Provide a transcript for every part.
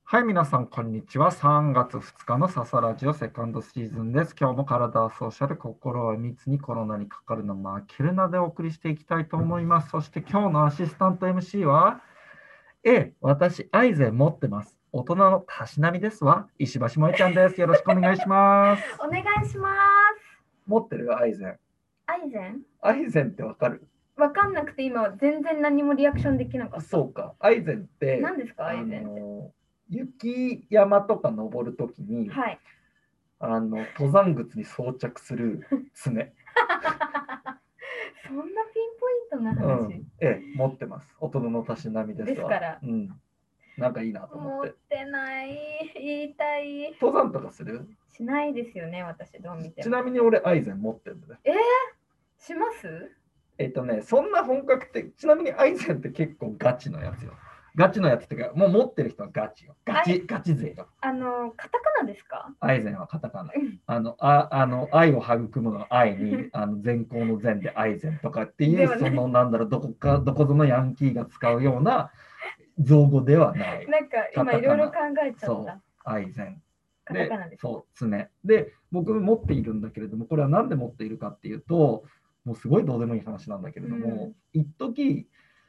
はい、皆さん、こんにちは。3月2日のササラジオセカンドシーズンです。今日も体はソーシャル、心は密にコロナにかかるの負けるなでお送りしていきたいと思います。そして今日のアシスタント MC は、私、アイゼン持ってます。大人のたしなみですわ。石橋萌ちゃんです。よろしくお願いします。 お願いします。 持ってるアイゼン。 アイゼンアイゼンってわかる？ わかんなくて今全然何もリアクションできなかった。 そうか。アイゼンって、 何ですかアイゼンって。 雪山とか登るときに、 はい。 登山靴に装着する爪。 そんなピンポイントな話、 持ってます。大人のたしなみですわ。 ですから。 なんかいいなと思持っって。 てない。言いたい。 登山とかする？ しないですよね、私どう見ても。 ちなみに俺、アイゼン持ってるんだね。 します？ そんな本格的、ちなみにアイゼンって結構ガチのやつよ。ガチのやつってか、もう持ってる人はガチよ。ガチ勢よ。 カタカナですか？ アイゼンはカタカナ。愛を育むの愛に、善行の善でアイゼンとかっていう、 ね、 どこぞのヤンキーが使うような造語ではない。 なんか今いろいろ考えちゃった。 そう、アイゼン。 カタカナです。 そう、爪。で、僕持っているんだけれども、これは何で持っているかっていうと、もうすごいどうでもいい話なんだけれども、一時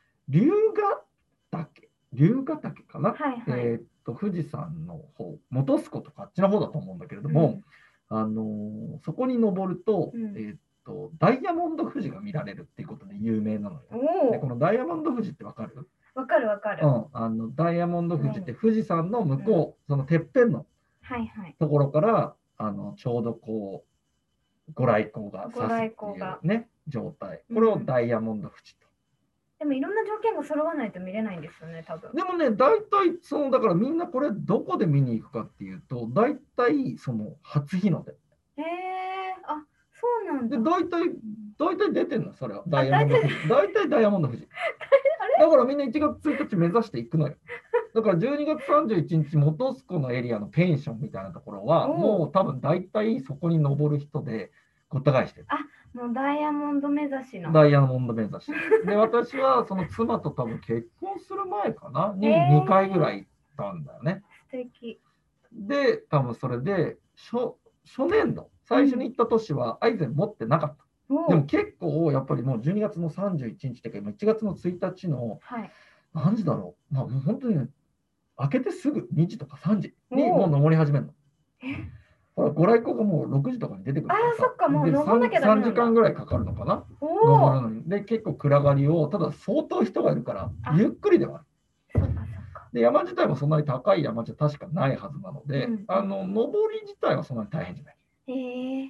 龍ヶ岳かな、 はいはい、 富士山の方、本栖湖とかあっちの方だと思うんだけれども、そこに登ると、ダイヤモンド富士が見られるっていうことで有名なのよ。でこのダイヤモンド富士ってわかる？ わかるわかる。 ダイヤモンド富士って富士山の向こう、そのてっぺんのところから、ちょうどこうご来光が差すっていうね、状態。これをダイヤモンド富士と。 でもいろんな条件が揃わないと見れないんですよね、多分。 でもね、大体だからみんなこれどこで見に行くかっていうと、大体初日の出。 あ、そうなんだ。 で、大体出てんの、それは。ダイヤモンド富士。大体ダイヤモンド富士。だからみんな1月1日目指していくのよ。だから12月31日、本栖湖のエリアのペンションみたいなところは、もう多分大体そこに登る人でごった返してる。 もうダイヤモンド目指しの。 ダイヤモンド目指し。で、私はその妻と多分結婚する前かなに2回ぐらい行ったんだよね。 素敵。 で、多分それで初年度、最初に行った年はアイゼン持ってなかった。でも結構やっぱりもう12月の31日っていうか、1月の1日の、何時だろう、もう本当にね、開けてすぐ2時とか3時にもう登り始めるの。ほら、ご来光がもう6時とかに出てくるからさ。 そっか、もう登んなきゃダメなんだ。 3時間ぐらいかかるのかな、登るのに。で、結構暗がりを、ただ相当人がいるから、ゆっくりではある。で、山自体もそんなに高い山じゃ確かないはずなので、登り自体はそんなに大変じゃない。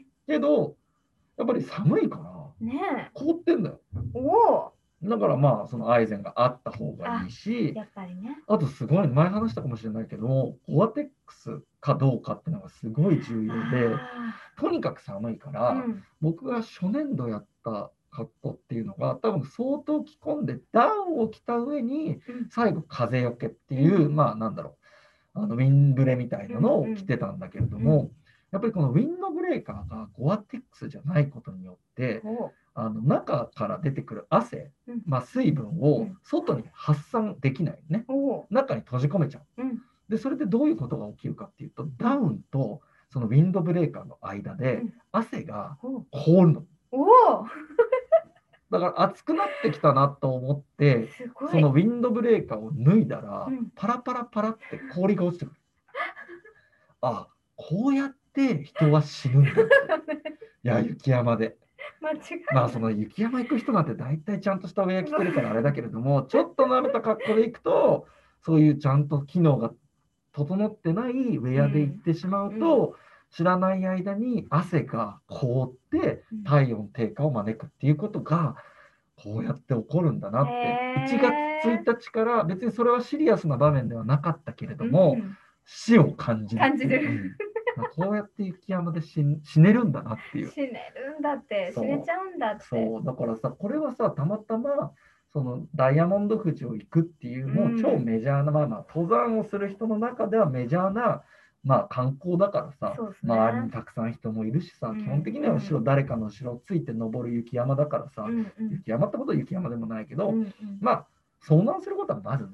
けど、やっぱり寒いから、凍ってんだよ。だからまあ、そのアイゼンがあった方がいいし、 やっぱりね。 あとすごい、前話したかもしれないけど、ゴアテックスかどうかっていうのがすごい重要で、とにかく寒いから、僕が初年度やった格好っていうのが、多分相当着込んでダウンを着た上に、最後風よけっていう、まあなんだろう、ウィンブレみたいなのを着てたんだけれども、やっぱりこのウィンドブレーカーがゴアテックスじゃないことによって、中から出てくる汗、水分を外に発散できないね。中に閉じ込めちゃう。で、それでどういうことが起きるかっていうと、ダウンとそのウィンドブレーカーの間で汗が凍るの。だから暑くなってきたなと思って、そのウィンドブレーカーを脱いだら、パラパラパラって氷が落ちてくる。あ、こうやって人は死ぬんだ。いや、雪山で。まあ、その雪山行く人なんて大体ちゃんとしたウェア着てるからあれだけれども、ちょっと舐めた格好で行くと、そういうちゃんと機能が整ってないウェアで行ってしまうと、知らない間に汗が凍って体温低下を招くっていうことが、こうやって起こるんだなって、1月1日から別にそれはシリアスな場面ではなかったけれども、死を感じる。こうやって雪山で死ねるんだなっていう。 死ねるんだって、死ねちゃうんだって。 そう、だからさ、これはさ、たまたま、そのダイヤモンド富士を行くっていう、もう超メジャーな、登山をする人の中ではメジャーな、観光だからさ、周りにたくさん人もいるしさ、基本的には誰かの後ろをついて登る雪山だからさ、雪山ってことは雪山でもないけど、遭難することはまずないじゃん。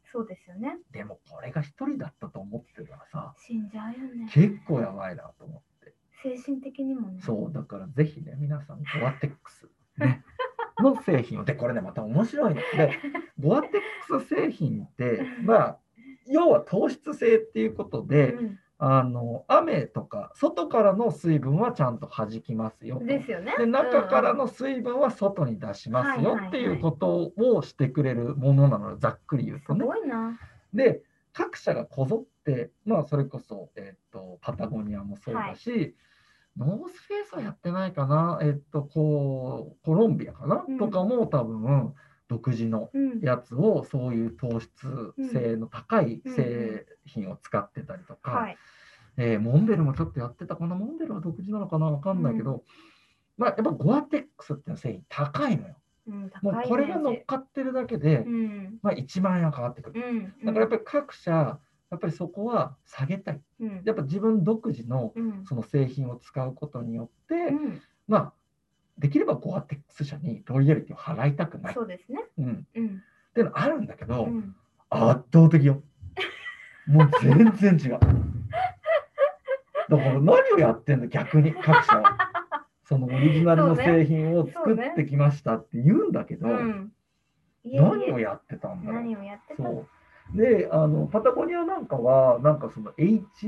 そうですよね。 でもこれが一人だったと思ってたらさ、 死んじゃうよね。 結構やばいなと思って。 精神的にもね。 そう、だからぜひね、皆さん、ゴアテックス、ね、の製品を、で、これね、また面白いの。で、ゴアテックス製品って、まあ、要は糖質性っていうことで、雨とか外からの水分はちゃんと弾きますよと。 ですよね。 で、中からの水分は外に出しますよっていうことをしてくれるものなので、ざっくり言うとね。 すごいな。 で、各社がこぞって、まあ、それこそ、パタゴニアもそうだし、ノースフェイスはやってないかな、コロンビアかな、とかも多分、独自のやつを、そういう糖質性の高い製品を使ってたりとか、モンベルもちょっとやってたかな、モンベルは独自なのかな、わかんないけど、まあ、やっぱゴアテックスっていう製品高いのよ。もうこれが乗っかってるだけで、まあ、1万円はかかってくる。だからやっぱり各社、やっぱりそこは下げたい。やっぱ自分独自のその製品を使うことによって、まあ、できればゴアテックス社にロイヤリティを払いたくない。 そうですね。 っていうのあるんだけど、圧倒的よ。もう全然違う。だから何をやってんの、逆に各社は。そのオリジナルの製品を作ってきましたって言うんだけど、何をやってたんだろう。 何をやってたの。 で、パタゴニアなんかは、なんかその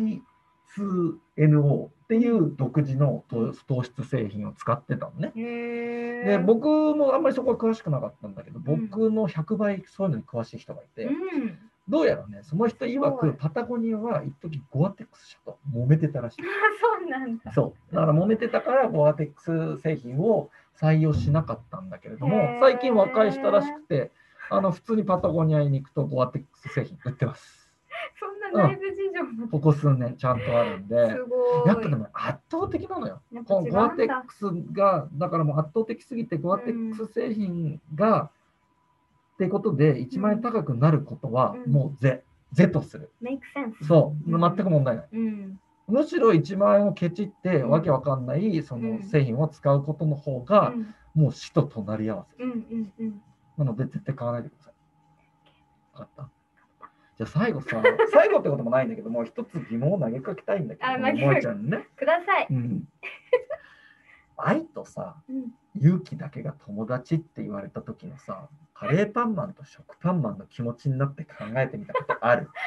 H2NO っていう独自の糖質製品を使ってたのね。で、僕もあんまりそこは詳しくなかったんだけど、僕の100倍そういうのに詳しい人がいて、どうやらね、その人曰くパタゴニアは一時ゴアテックス社と揉めてたらしい。 そうなんだ。 そう。だから揉めてたからゴアテックス製品を採用しなかったんだけれども、最近和解したらしくて、普通にパタゴニアに行くとゴアテックス製品売ってます。 そんな内部事情も、 ここ数年ちゃんとあるんで、 すごい。 やっぱでも圧倒的なのよ。このゴアテックスが、だからもう圧倒的すぎて、ゴアテックス製品が、ってことで1万円高くなることはもう是とする。そう、全く問題ない。むしろ1万円をケチってわけわかんないその製品を使うことの方がもう死と隣り合わせ。なので絶対買わないでください。分かった？じゃあ最後さ、最後ってこともないんだけども、一つ疑問を投げかけたいんだけど、もえちゃんにね。 ください。 愛とさ、勇気だけが友達って言われた時のさ、カレーパンマンと食パンマンの気持ちになって考えてみたことある？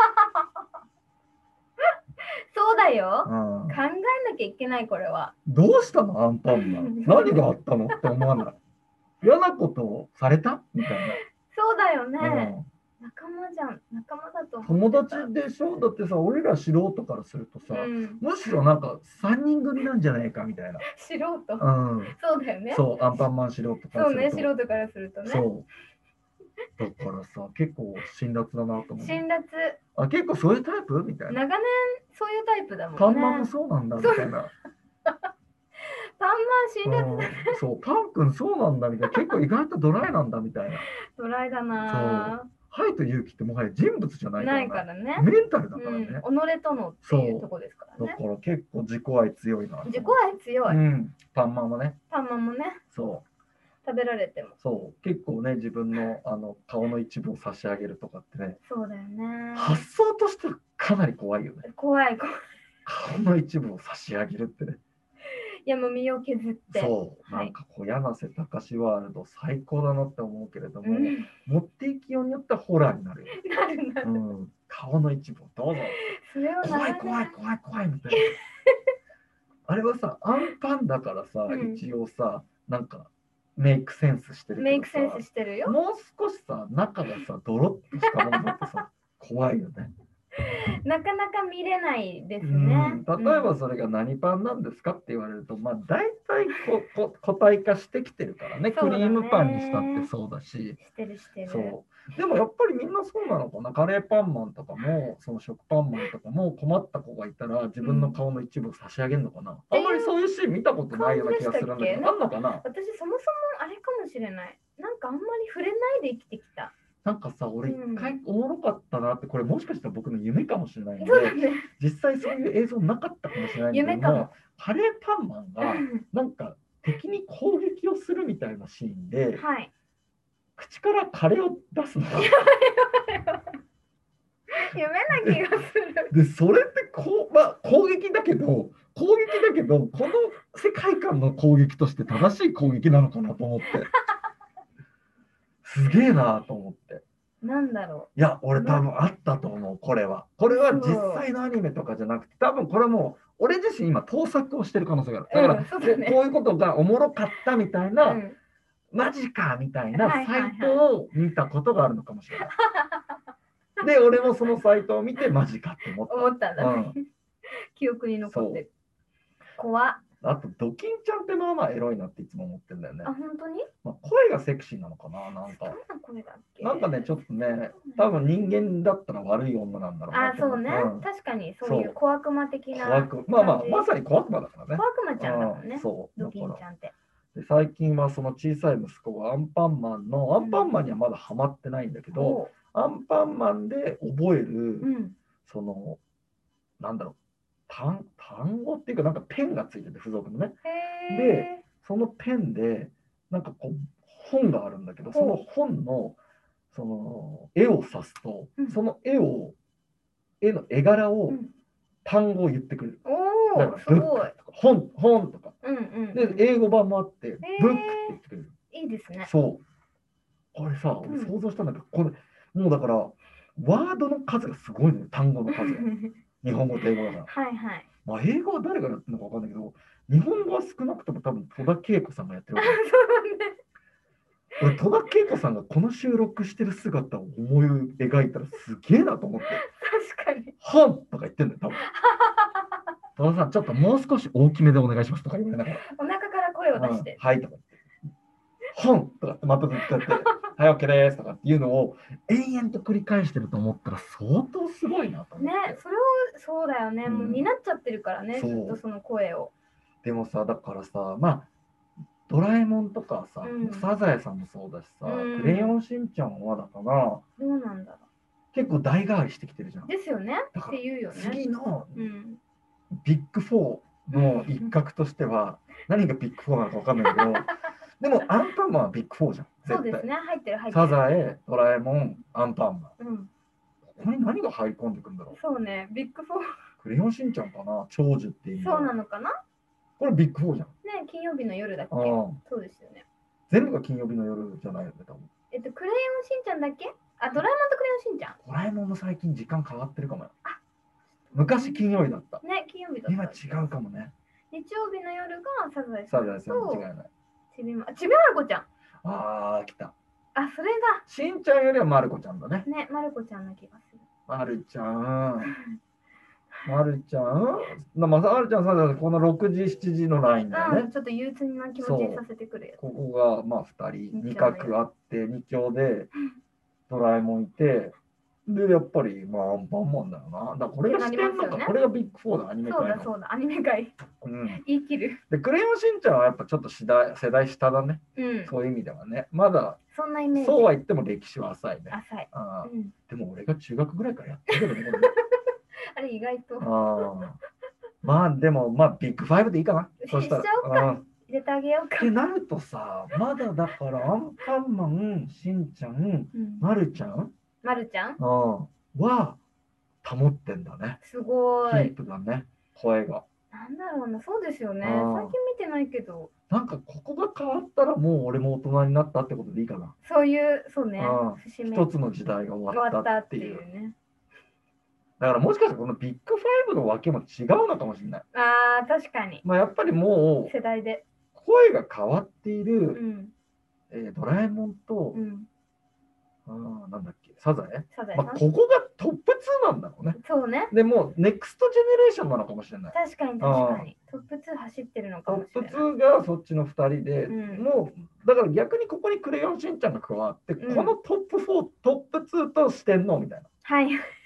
そうだよ。考えなきゃいけない、これは。 どうしたの、アンパンマン。何があったのって思わない？嫌なことをされたみたいな。 そうだよね。仲間じゃん。仲間だと思う。友達でしょ。だってさ、俺ら素人からするとさ、むしろなんか3人組なんじゃないかみたいな。 素人。そうだよね。 そう、アンパンマン素人からすると。 そうね、素人からするとね。 そう。だからさ、結構辛辣だなと思う。 辛辣。 結構そういうタイプみたいな。 長年そういうタイプだもんね。 パンマンもそうなんだみたいな。 パンマン辛辣だね。 そう、パン君そうなんだみたいな。結構意外とドライなんだみたいな。 ドライだな。 ハイと勇気ってもはや人物じゃないからね。 ないからね。 メンタルだからね。 己とのっていうとこですからね。 だから結構自己愛強いな。 自己愛強い。 パンマンもね。 パンマンもね。 そう。 食べられても。 そう。結構ね、自分の顔の一部を差し上げるとかってね。 そうだよね。 発想としてはかなり怖いよね。 怖い。 顔の一部を差し上げるってね。 いや、もう身を削って。 そう。なんかこう、柳瀬隆ワールド最高だなって思うけれども、持っていきようによってはホラーになるよ。 なる。 顔の一部をどうぞ。 それは怖い怖い怖い怖いみたいな。あれはさ、アンパンだからさ、一応さ、なんかメイクセンスしてるけどさ、 メイクセンスしてるよ。 もう少しさ、中がさ、ドロッとしたものだってさ、怖いよね。 なかなか見れないですね。 例えばそれが何パンなんですかって言われると、まあ大体個体化してきてるからね。クリームパンにしたってそうだし。 してるしてる。 そう。でもやっぱりみんなそうなのかな。カレーパンマンとかも、その食パンマンとかも困った子がいたら自分の顔の一部を差し上げるのかな。あんまりそういうシーン見たことないような気がするんだけど、あんのかな。 私そもそもあれかもしれない。なんかあんまり触れないで生きてきた。 なんかさ、俺一回おもろかったなって、これもしかしたら僕の夢かもしれないんで、実際そういう映像なかったかもしれないんだけども、カレーパンマンがなんか敵に攻撃をするみたいなシーンで、 口からカレーを出すの。 夢な気がする。 で、それって攻撃だけど、この世界観の攻撃として正しい攻撃なのかなと思って。すげえなと思って。 なんだろう。いや、俺多分あったと思う、これは。これは実際のアニメとかじゃなくて、多分これも俺自身今盗作をしてる可能性がある。だから、こういうことがおもろかったみたいな、マジかみたいなサイトを見たことがあるのかもしれない。で、俺もそのサイトを見てマジかって思ったんだね。記憶に残ってる。怖っ。 あと、ドキンちゃんってまあまあエロいなっていつも思ってるんだよね。 あ、本当に？ 声がセクシーなのかな、なんか。なんかね、ちょっとね、多分人間だったら悪い女なんだろうな。 あ、そうね。確かに、そういう小悪魔的な。 まさに小悪魔だからね。 小悪魔ちゃんだもんね。 そう。 ドキンちゃんって。 で最近はその小さい息子がアンパンマンにはまだハマってないんだけど、アンパンマンで覚える、その、なんだろう、単語っていうか、なんかペンがついてて、付属のね。で、そのペンで、なんかこう、本があるんだけど、その本の、その、絵を指すと、その絵の絵柄を、単語を言ってくれる。 おー、すごい。 本とか。で、英語版もあって、ブックって言ってくれる。 いいですね。 そう。これさ、俺想像したんだけど、これ、もうだから、ワードの数がすごいのよ、単語の数が。日本語と英語だから。 はいはい。 まあ、英語は誰がやってるのか分かんないけど、日本語は少なくとも多分戸田恵子さんがやってるわけ。俺、戸田恵子さんがこの収録してる姿を思い描いたらすげえなと思って。 確かに。 本とか言ってんだよ、多分。戸田さん、ちょっともう少し大きめでお願いしますとか言われながら。 お腹から声を出して。 はいとか言って。本とかってまたずっとやって、はい、OK ですとかっていうのを延々と繰り返してると思ったら相当すごいなと思って。 ね、それを、そうだよね、もう担っちゃってるからね、ずっとその声を。 でもさ、だからさ、まあ、ドラえもんとかさ、サザエさんもそうだしさ、クレヨンしんちゃんはだから、 どうなんだろう。結構代替わりしてきてるじゃん。 ですよね。っていうよね。 次のビッグ4の一角としては、何がビッグ4なのか分かんないけど、でもアンパンマンはビッグ4じゃん。 そうですね、入ってる。 サザエ、ドラえもん、アンパンマン。ここに何が入り込んでくるんだろう。 そうね、ビッグ4。 クレヨンしんちゃんかな、長寿っていう。 そうなのかな。 これビッグ4じゃん。 ね、金曜日の夜だっけ。そうですよね。 全部が金曜日の夜じゃないよね、多分。 クレヨンしんちゃんだっけ。あ、ドラえもんとクレヨンしんちゃん。 ドラえもんも最近時間変わってるかもよ。昔金曜日だった。 ね、金曜日だった。 今違うかもね。 日曜日の夜がサザエさん。サザエさん間違いない。 ちびまる子ちゃん。 ああ、来た。 あ、それだ。 しんちゃんよりはまる子ちゃんだね。 ね、まる子ちゃんな気がする。 まるちゃん。まるちゃん。まるちゃんさ、この6時、7時のラインだね。 ちょっと憂鬱な気持ちにさせてくるやつ。ここが、まあ、2人、2角あって、2強で、ドラえもんいて、で、やっぱり、まあ、アンパンマンだよな。だからこれがしてんのか、これがビッグ4だ、アニメ界の。 そうだ、アニメ界。言い切る。 で、クレヨンしんちゃんはやっぱちょっと世代下だね。そういう意味ではね。まだ、 そんなイメージ。 そうは言っても歴史は浅いね。 浅い。 でも俺が中学ぐらいからやってるけどね。 あれ意外と。 まあでも、まあビッグ5でいいかな。 そしたら。しちゃおうか。入れてあげようか。 ってなるとさ、まだだからアンパンマン、しんちゃん、まるちゃんは保ってんだね。 すごい。 キープだね、声が。 なんだろうな、そうですよね。最近見てないけど。 なんかここが変わったらもう俺も大人になったってことでいいかな。 そうね。 一つの時代が終わったっていうね。だからもしかしたらこのビッグ5の訳も違うのかもしれない。 ああ、確かに。 まあやっぱりもう世代で声が変わっている、ドラえもんと、なんだっけ、サザエ。まあここがトップ2なんだろうね。 そうね。 でもネクストジェネレーションなのかもしれない。 確かに確かに。トップ2走ってるのかもしれない。 トップ2がそっちの2人で、もうだから逆にここにクレヨンしんちゃんが加わって、このトップ4、トップ2と四天王みたいな。 はい。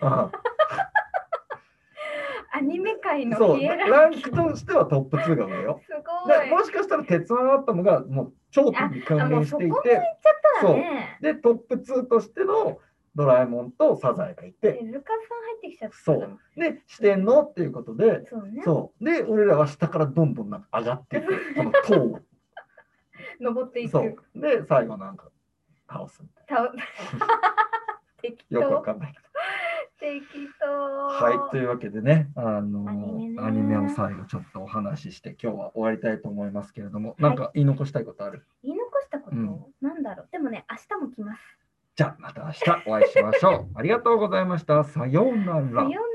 アニメ界のそうランクとしてはトップ2が上よ。 すごい。 もしかしたら鉄腕アトムがもう頂点に君臨していて、でトップ2としてのドラえもんとサザエがいて、 ルカさん入ってきちゃった。 そうで四天王っていうことで、そうで俺らは下からどんどんなんか上がっていくこの塔を登っていく。 そうで最後なんか倒すみたいな。 適よくわ当。 かんないけど。 適当。 はい、というわけでね、 アニメねアニメを最後ちょっとお話しして今日は終わりたいと思いますけれども、 いなんか言い残したいことある？ 言い残したこと、 うんなんだろう。でもね、明日も来ます。 じゃあまた明日お会いしましょう。ありがとうございました。さようなら。 さようなら。